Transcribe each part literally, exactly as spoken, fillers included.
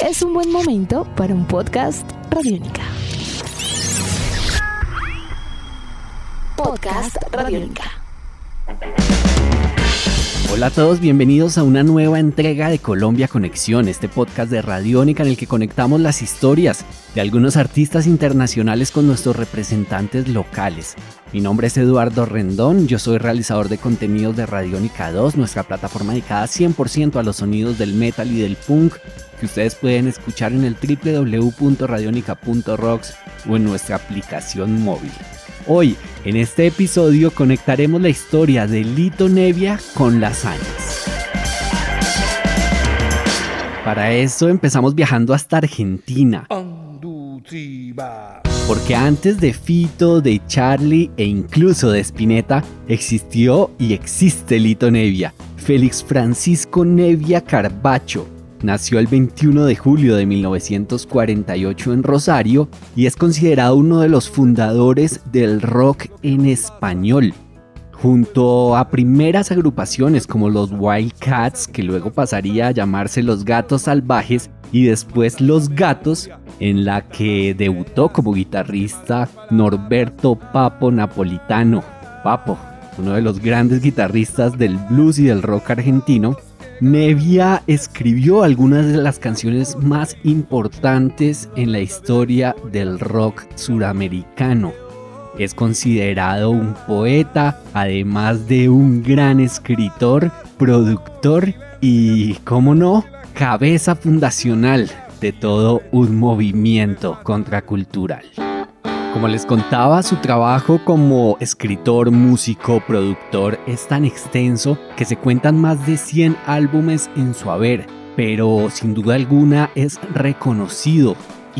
es un buen momento para un podcast Radiónica. Podcast Radiónica. Hola a todos, bienvenidos a una nueva entrega de Colombia Conexión, este podcast de Radiónica en el que conectamos las historias de algunos artistas internacionales con nuestros representantes locales. Mi nombre es Eduardo Rendón, yo soy realizador de contenidos de Radiónica dos, nuestra plataforma dedicada cien por ciento a los sonidos del metal y del punk, que ustedes pueden escuchar en el doble u doble u doble u punto radionica punto rocks o en nuestra aplicación móvil. Hoy, en este episodio, conectaremos la historia de Lito Nebbia con Lasañas. Para eso empezamos viajando hasta Argentina. Porque antes de Fito, de Charly e incluso de Spinetta, existió y existe Lito Nebbia, Félix Francisco Nebbia Carbacho. Nació el veintiuno de julio de mil novecientos cuarenta y ocho en Rosario y es considerado uno de los fundadores del rock en español. Junto a primeras agrupaciones como los Wildcats, que luego pasaría a llamarse Los Gatos Salvajes y después Los Gatos, en la que debutó como guitarrista Norberto Papo Napolitano. Papo, uno de los grandes guitarristas del blues y del rock argentino. Nebbia escribió algunas de las canciones más importantes en la historia del rock suramericano. Es considerado un poeta, además de un gran escritor, productor y, cómo no, cabeza fundacional de todo un movimiento contracultural. Como les contaba, su trabajo como escritor, músico, productor es tan extenso que se cuentan más de cien álbumes en su haber, pero sin duda alguna es reconocido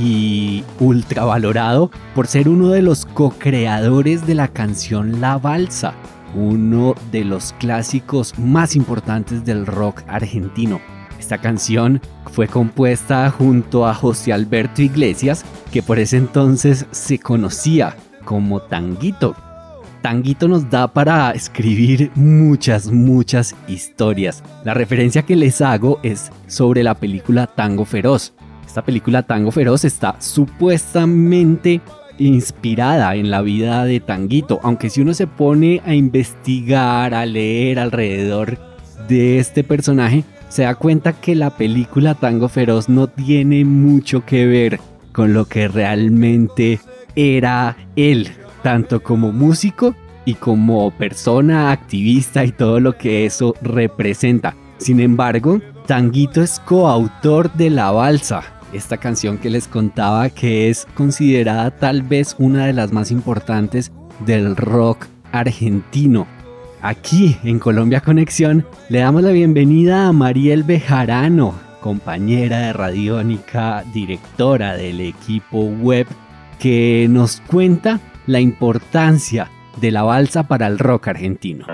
y ultravalorado por ser uno de los co-creadores de la canción La Balsa, uno de los clásicos más importantes del rock argentino. Esta canción fue compuesta junto a José Alberto Iglesias, que por ese entonces se conocía como Tanguito. Tanguito nos da para escribir muchas, muchas historias. La referencia que les hago es sobre la película Tango Feroz. Esta película Tango Feroz está supuestamente inspirada en la vida de Tanguito, aunque si uno se pone a investigar, a leer alrededor de este personaje, se da cuenta que la película Tango Feroz no tiene mucho que ver con lo que realmente era él, tanto como músico y como persona activista y todo lo que eso representa. Sin embargo, Tanguito es coautor de La Balsa, esta canción que les contaba que es considerada tal vez una de las más importantes del rock argentino. Aquí en Colombia Conexión le damos la bienvenida a Mariel Bejarano, compañera de Radiónica, directora del equipo web, que nos cuenta la importancia de la balsa para el rock argentino.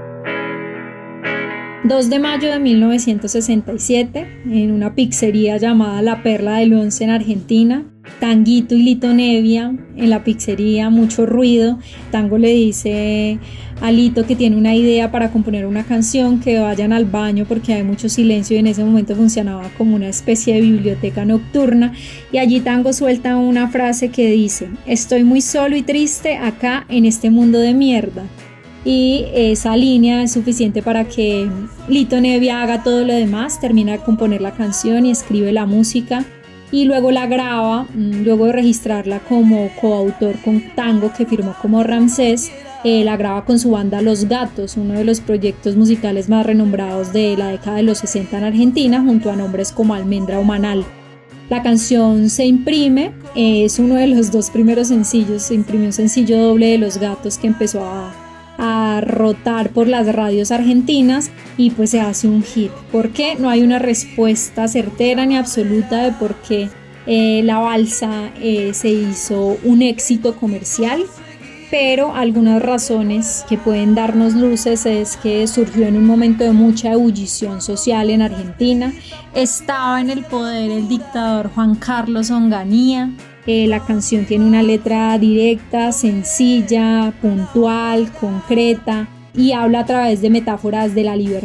dos de mayo de mil novecientos sesenta y siete, en una pizzería llamada La Perla del Once en Argentina, Tanguito y Lito Nebbia en la pizzería, mucho ruido. Tango le dice a Lito que tiene una idea para componer una canción, que vayan al baño porque hay mucho silencio, y en ese momento funcionaba como una especie de biblioteca nocturna, y allí Tango suelta una frase que dice: estoy muy solo y triste acá en este mundo de mierda. Y esa línea es suficiente para que Lito Nebbia haga todo lo demás, termina de componer la canción y escribe la música y luego la graba, luego de registrarla como coautor con Tango, que firmó como Ramsés. Eh, la graba con su banda Los Gatos, uno de los proyectos musicales más renombrados de la década de los sesenta en Argentina, junto a nombres como Almendra o Manal. La canción se imprime, eh, es uno de los dos primeros sencillos, se imprimió un sencillo doble de Los Gatos que empezó a a rotar por las radios argentinas y pues se hace un hit. ¿Por qué? No hay una respuesta certera ni absoluta de por qué eh, La Balsa eh, se hizo un éxito comercial, pero algunas razones que pueden darnos luces es que surgió en un momento de mucha ebullición social en Argentina. Estaba en el poder el dictador Juan Carlos Onganía. Eh, la canción tiene una letra directa, sencilla, puntual, concreta y habla a través de metáforas de la libertad.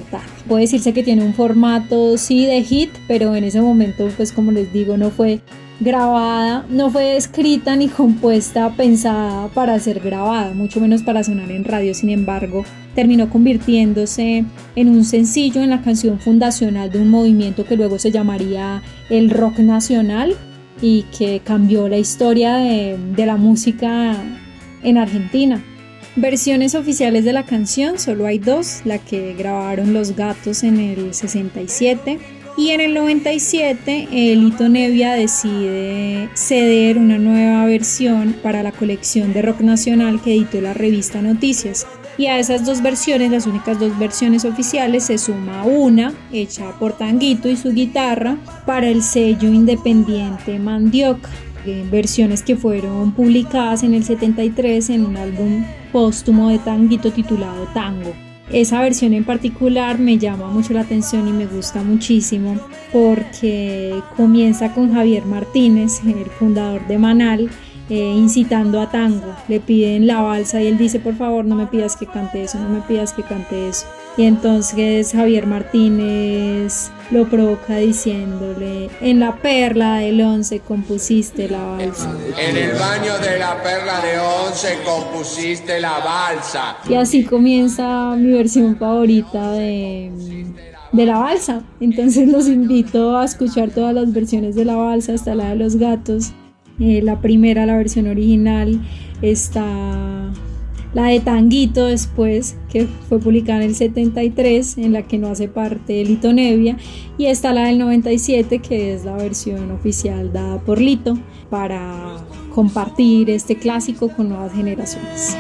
Puede decirse que tiene un formato sí de hit, pero en ese momento, pues como les digo, no fue grabada, no fue escrita ni compuesta pensada para ser grabada, mucho menos para sonar en radio. Sin embargo, terminó convirtiéndose en un sencillo, en la canción fundacional de un movimiento que luego se llamaría el rock nacional y que cambió la historia de, de la música en Argentina. Versiones oficiales de la canción solo hay dos, la que grabaron Los Gatos en el sesenta y siete y en el noventa y siete Lito Nebbia decide ceder una nueva versión para la colección de rock nacional que editó la revista Noticias. Y a esas dos versiones, las únicas dos versiones oficiales, se suma una hecha por Tanguito y su guitarra para el sello independiente Mandioca. Versiones que fueron publicadas en el setenta y tres en un álbum póstumo de Tanguito titulado Tango. Esa versión en particular me llama mucho la atención y me gusta muchísimo porque comienza con Javier Martínez, el fundador de Manal, eh, incitando a tango. Le piden la balsa y él dice: por favor, no me pidas que cante eso, no me pidas que cante eso. Y entonces Javier Martínez lo provoca diciéndole: en la Perla del Once compusiste la balsa. En el baño de la Perla de Once compusiste la balsa. Y así comienza mi versión favorita de, de la balsa. Entonces los invito a escuchar todas las versiones de la balsa, hasta la de Los Gatos. Eh, la primera, la versión original, está la de Tanguito después, que fue publicada en el setenta y tres, en la que no hace parte Lito Nebbia, y está la del noventa y siete, que es la versión oficial dada por Lito para compartir este clásico con nuevas generaciones.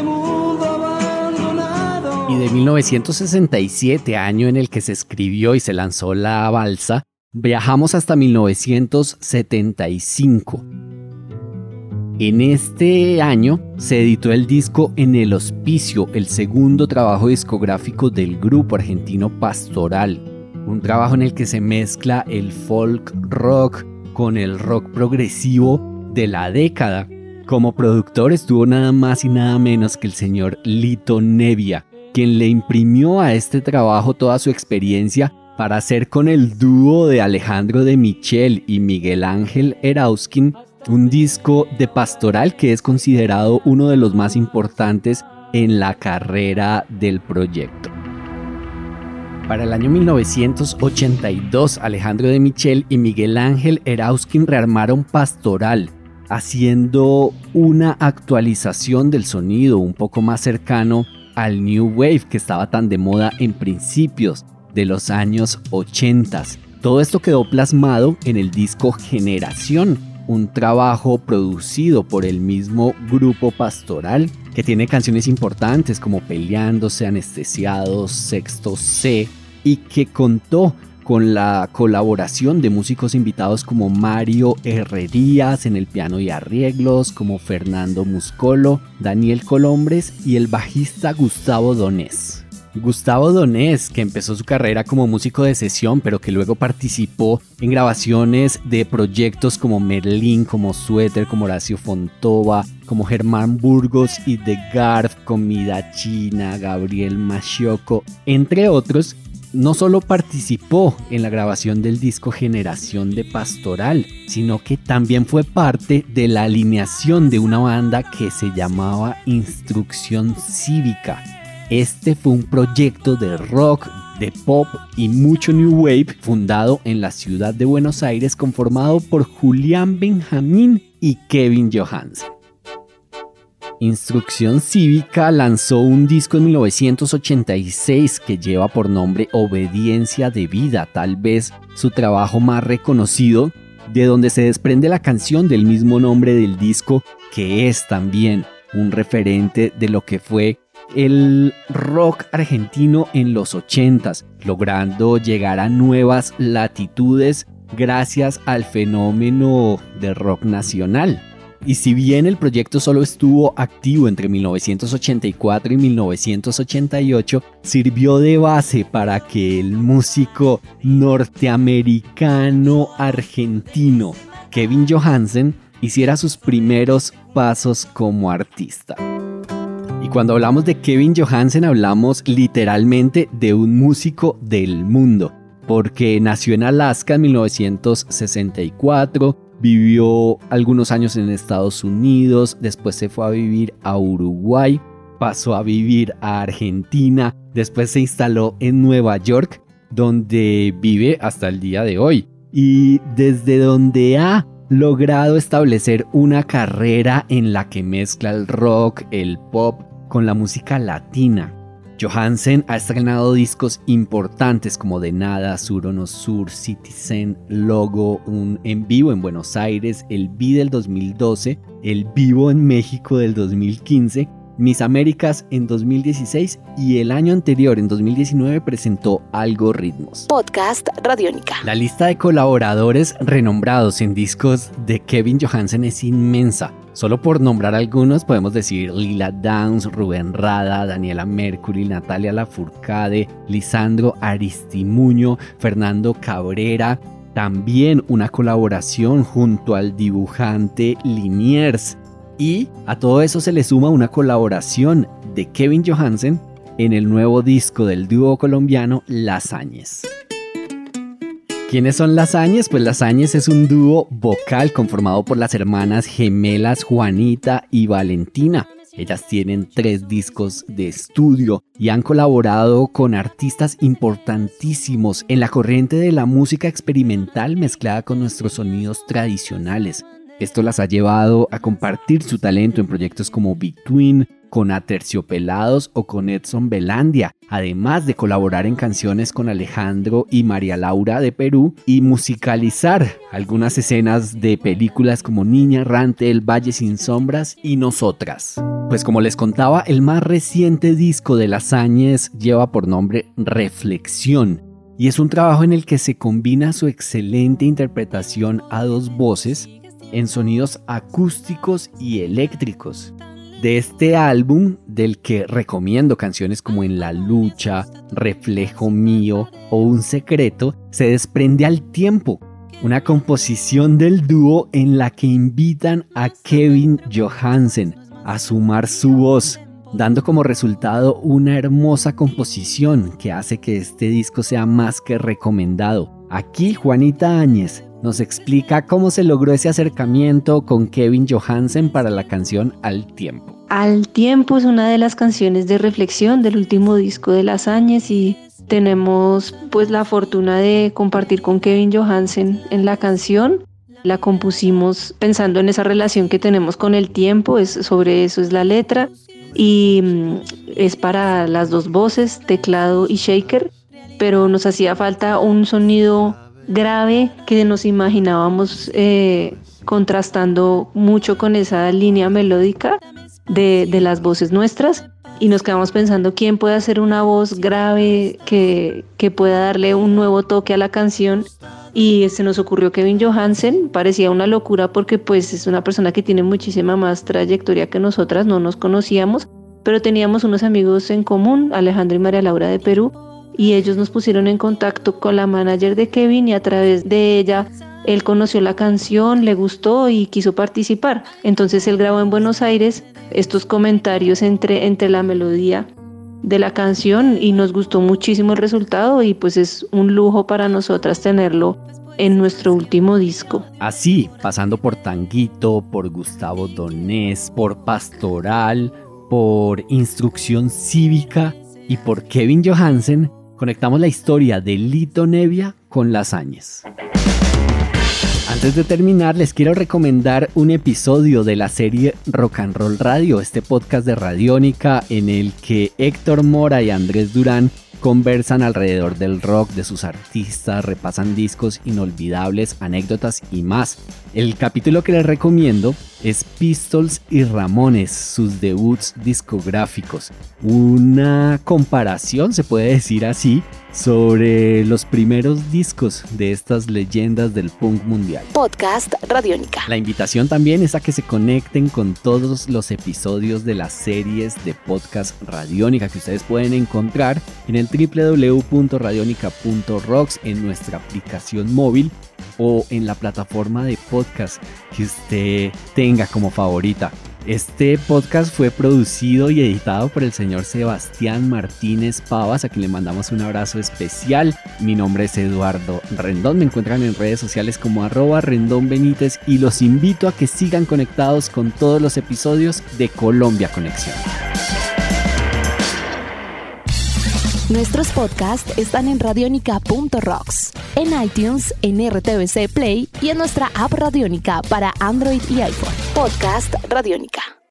Y de mil novecientos sesenta y siete, año en el que se escribió y se lanzó la balsa, viajamos hasta mil novecientos setenta y cinco. En este año se editó el disco En el Hospicio, el segundo trabajo discográfico del grupo argentino Pastoral, un trabajo en el que se mezcla el folk rock con el rock progresivo de la década. Como productor estuvo nada más y nada menos que el señor Lito Nebbia, quien le imprimió a este trabajo toda su experiencia para hacer con el dúo de Alejandro de Michel y Miguel Ángel Erauskin un disco de Pastoral que es considerado uno de los más importantes en la carrera del proyecto. Para el año mil novecientos ochenta y dos, Alejandro de Michel y Miguel Ángel Erauskin rearmaron Pastoral, haciendo una actualización del sonido un poco más cercano al New Wave que estaba tan de moda en principios de los años ochenta. Todo esto quedó plasmado en el disco Generación, un trabajo producido por el mismo grupo Pastoral, que tiene canciones importantes como Peleándose, Anestesiados, Sexto C, y que contó con la colaboración de músicos invitados como Mario Herrerías en el piano y arreglos, como Fernando Muscolo, Daniel Colombres y el bajista Gustavo Donés. Gustavo Donés, que empezó su carrera como músico de sesión, pero que luego participó en grabaciones de proyectos como Merlín, como Suéter, como Horacio Fontova, como Germán Burgos y The Garf, Comida China, Gabriel Machoco, entre otros. No solo participó en la grabación del disco Generación de Pastoral, sino que también fue parte de la alineación de una banda que se llamaba Instrucción Cívica. Este fue un proyecto de rock, de pop y mucho new wave fundado en la ciudad de Buenos Aires, conformado por Julián Benjamín y Kevin Johansen. Instrucción Cívica lanzó un disco en mil novecientos ochenta y seis que lleva por nombre Obediencia de Vida, tal vez su trabajo más reconocido, de donde se desprende la canción del mismo nombre del disco, que es también un referente de lo que fue el rock argentino en los ochentas, logrando llegar a nuevas latitudes gracias al fenómeno del rock nacional. Y si bien el proyecto solo estuvo activo entre mil novecientos ochenta y cuatro y mil novecientos ochenta y ocho, sirvió de base para que el músico norteamericano argentino Kevin Johansen hiciera sus primeros pasos como artista. Y cuando hablamos de Kevin Johansen hablamos literalmente de un músico del mundo, porque nació en Alaska en mil novecientos sesenta y cuatro, vivió algunos años en Estados Unidos, después se fue a vivir a Uruguay, pasó a vivir a Argentina, después se instaló en Nueva York, donde vive hasta el día de hoy, y desde donde ha logrado establecer una carrera en la que mezcla el rock, el pop con la música latina. Johansen ha estrenado discos importantes como De Nada, Sur o No Sur, Citizen, Logo, un en vivo en Buenos Aires, el V I del dos mil doce, el Vivo en México del dos mil quince, Miss Américas en dos mil dieciséis y el año anterior, en dos mil diecinueve, presentó Algoritmos. Podcast Radiónica. La lista de colaboradores renombrados en discos de Kevin Johansen es inmensa. Solo por nombrar algunos podemos decir Lila Downs, Rubén Rada, Daniela Mercury, Natalia Lafourcade, Lisandro Aristimuño, Fernando Cabrera. También una colaboración junto al dibujante Liniers. Y a todo eso se le suma una colaboración de Kevin Johansen en el nuevo disco del dúo colombiano Las Áñez. ¿Quiénes son Las Áñez? Pues Las Áñez es un dúo vocal conformado por las hermanas gemelas Juanita y Valentina. Ellas tienen tres discos de estudio y han colaborado con artistas importantísimos en la corriente de la música experimental mezclada con nuestros sonidos tradicionales. Esto las ha llevado a compartir su talento en proyectos como Between, con Aterciopelados o con Edson Belandia, además de colaborar en canciones con Alejandro y María Laura de Perú y musicalizar algunas escenas de películas como Niña Errante, El Valle Sin Sombras y Nosotras. Pues como les contaba, el más reciente disco de Las Áñez lleva por nombre Reflexión y es un trabajo en el que se combina su excelente interpretación a dos voces en sonidos acústicos y eléctricos. De este álbum, del que recomiendo canciones como En la Lucha, Reflejo Mío o Un Secreto, se desprende Al Tiempo, una composición del dúo en la que invitan a Kevin Johansen a sumar su voz, dando como resultado una hermosa composición que hace que este disco sea más que recomendado. Aquí Juanita Áñez nos explica cómo se logró ese acercamiento con Kevin Johansen para la canción Al Tiempo. Al Tiempo es una de las canciones de reflexión del último disco de Las Áñez y tenemos pues la fortuna de compartir con Kevin Johansen en la canción. La compusimos pensando en esa relación que tenemos con el tiempo, es, sobre eso es la letra y mm, es para las dos voces, teclado y shaker, pero nos hacía falta un sonido grave que nos imaginábamos eh, contrastando mucho con esa línea melódica de, de las voces nuestras y nos quedamos pensando quién puede hacer una voz grave que, que pueda darle un nuevo toque a la canción y se nos ocurrió Kevin Johansen. Parecía una locura porque pues es una persona que tiene muchísima más trayectoria que nosotras, no nos conocíamos, pero teníamos unos amigos en común, Alejandro y María Laura de Perú, y ellos nos pusieron en contacto con la manager de Kevin y a través de ella él conoció la canción, le gustó y quiso participar. Entonces él grabó en Buenos Aires estos comentarios entre, entre la melodía de la canción y nos gustó muchísimo el resultado y pues es un lujo para nosotras tenerlo en nuestro último disco. Así, pasando por Tanguito, por Gustavo Donés, por Pastoral, por Instrucción Cívica y por Kevin Johansen, conectamos la historia de Lito Nevia con Las Áñez. Antes de terminar, les quiero recomendar un episodio de la serie Rock and Roll Radio, este podcast de Radiónica en el que Héctor Mora y Andrés Durán conversan alrededor del rock, de sus artistas, repasan discos inolvidables, anécdotas y más. El capítulo que les recomiendo es Pistols y Ramones, sus debuts discográficos. Una comparación, se puede decir así, sobre los primeros discos de estas leyendas del punk mundial. Podcast Radiónica. La invitación también es a que se conecten con todos los episodios de las series de podcast Radiónica que ustedes pueden encontrar en el doble u doble u doble u punto radionica punto rocks, en nuestra aplicación móvil o en la plataforma de podcast que usted tenga como favorita. Este podcast fue producido y editado por el señor Sebastián Martínez Pavas, a quien le mandamos un abrazo especial. Mi nombre es Eduardo Rendón, me encuentran en redes sociales como arroba Rendón Benítez y los invito a que sigan conectados con todos los episodios de Colombia Conexión. Nuestros podcasts están en radionica punto rocks, en iTunes, en R T V C Play y en nuestra app Radionica para Android y iPhone. Podcast Radionica.